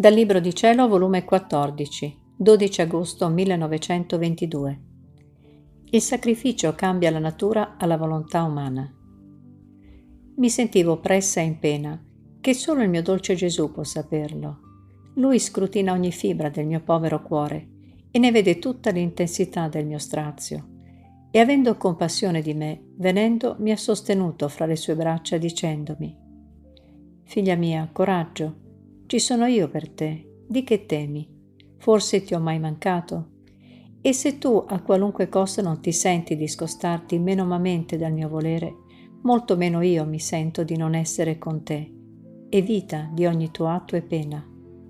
Dal Libro di Cielo, volume 14, 12 agosto 1922. Il sacrificio cambia la natura alla volontà umana. Mi sentivo oppressa e in pena, che solo il mio dolce Gesù può saperlo. Lui scrutina ogni fibra del mio povero cuore e ne vede tutta l'intensità del mio strazio. E avendo compassione di me, venendo, mi ha sostenuto fra le sue braccia dicendomi: «Figlia mia, coraggio, ci sono io per te, di che temi? Forse ti ho mai mancato? E se tu a qualunque costo non ti senti di scostarti menomamente dal mio volere, molto meno io mi sento di non essere con te, evita di ogni tuo atto e pena.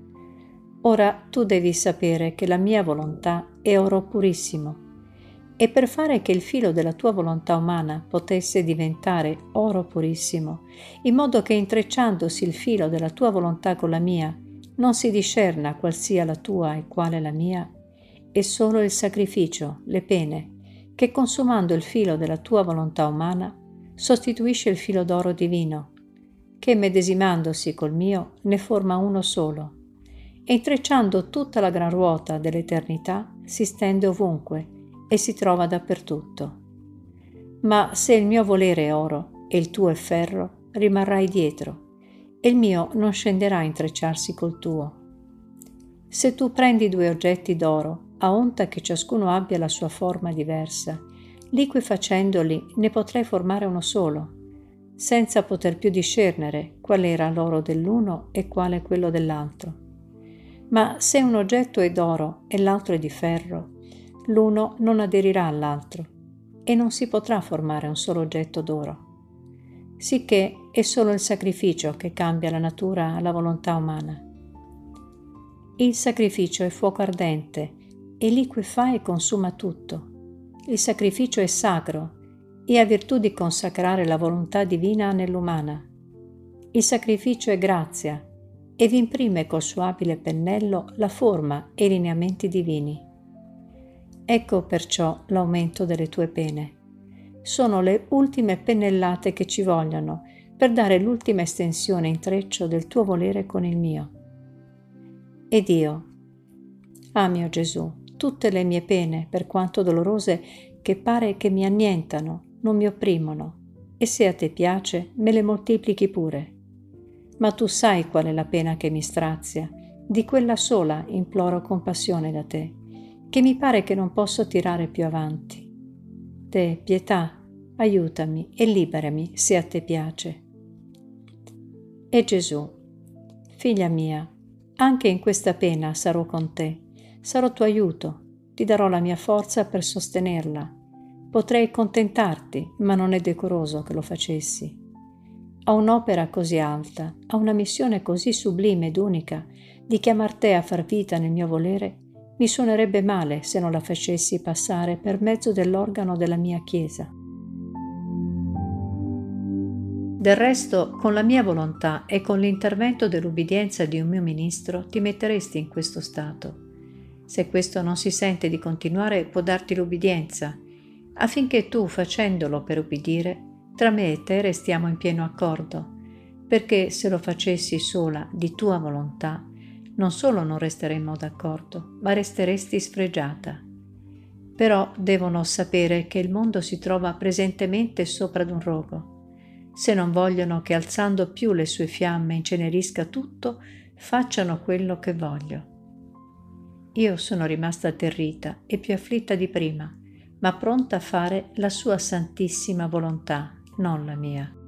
Ora tu devi sapere che la mia volontà è oro purissimo, e per fare che il filo della tua volontà umana potesse diventare oro purissimo, in modo che intrecciandosi il filo della tua volontà con la mia, non si discerna qual sia la tua e quale la mia, è solo il sacrificio, le pene, che consumando il filo della tua volontà umana, sostituisce il filo d'oro divino, che medesimandosi col mio ne forma uno solo, e intrecciando tutta la gran ruota dell'eternità si stende ovunque e si trova dappertutto. Ma se il mio volere è oro e il tuo è ferro, rimarrai dietro, e il mio non scenderà a intrecciarsi col tuo. Se tu prendi due oggetti d'oro, a onta che ciascuno abbia la sua forma diversa, liquefacendoli ne potrai formare uno solo, senza poter più discernere qual era l'oro dell'uno e quale quello dell'altro. Ma se un oggetto è d'oro e l'altro è di ferro, l'uno non aderirà all'altro e non si potrà formare un solo oggetto d'oro. Sicché è solo il sacrificio che cambia la natura alla volontà umana. Il sacrificio è fuoco ardente e liquefà e consuma tutto. Il sacrificio è sacro e ha virtù di consacrare la volontà divina nell'umana. Il sacrificio è grazia e vi imprime col suo abile pennello la forma e i lineamenti divini. Ecco perciò l'aumento delle tue pene. Sono le ultime pennellate che ci vogliono per dare l'ultima estensione e intreccio del tuo volere con il mio. Ed io, mio Gesù, tutte le mie pene, per quanto dolorose che pare che mi annientano, non mi opprimono, e se a te piace, me le moltiplichi pure. Ma tu sai qual è la pena che mi strazia, di quella sola imploro compassione da te, che mi pare che non posso tirare più avanti. Te, pietà, aiutami e liberami se a te piace. E Gesù, figlia mia, anche in questa pena sarò con te, sarò tuo aiuto, ti darò la mia forza per sostenerla. Potrei contentarti, ma non è decoroso che lo facessi. Ho un'opera così alta, ho una missione così sublime ed unica di chiamar te a far vita nel mio volere, mi suonerebbe male se non la facessi passare per mezzo dell'organo della mia Chiesa. Del resto, con la mia volontà e con l'intervento dell'ubbidienza di un mio ministro, ti metteresti in questo stato. Se questo non si sente di continuare, può darti l'ubbidienza, affinché tu, facendolo per ubbidire, tra me e te restiamo in pieno accordo, perché se lo facessi sola di tua volontà, non solo non resteremmo d'accordo, ma resteresti sfregiata. Però devono sapere che il mondo si trova presentemente sopra d'un rogo. Se non vogliono che alzando più le sue fiamme incenerisca tutto, facciano quello che voglio. Io sono rimasta atterrita e più afflitta di prima, ma pronta a fare la sua santissima volontà, non la mia.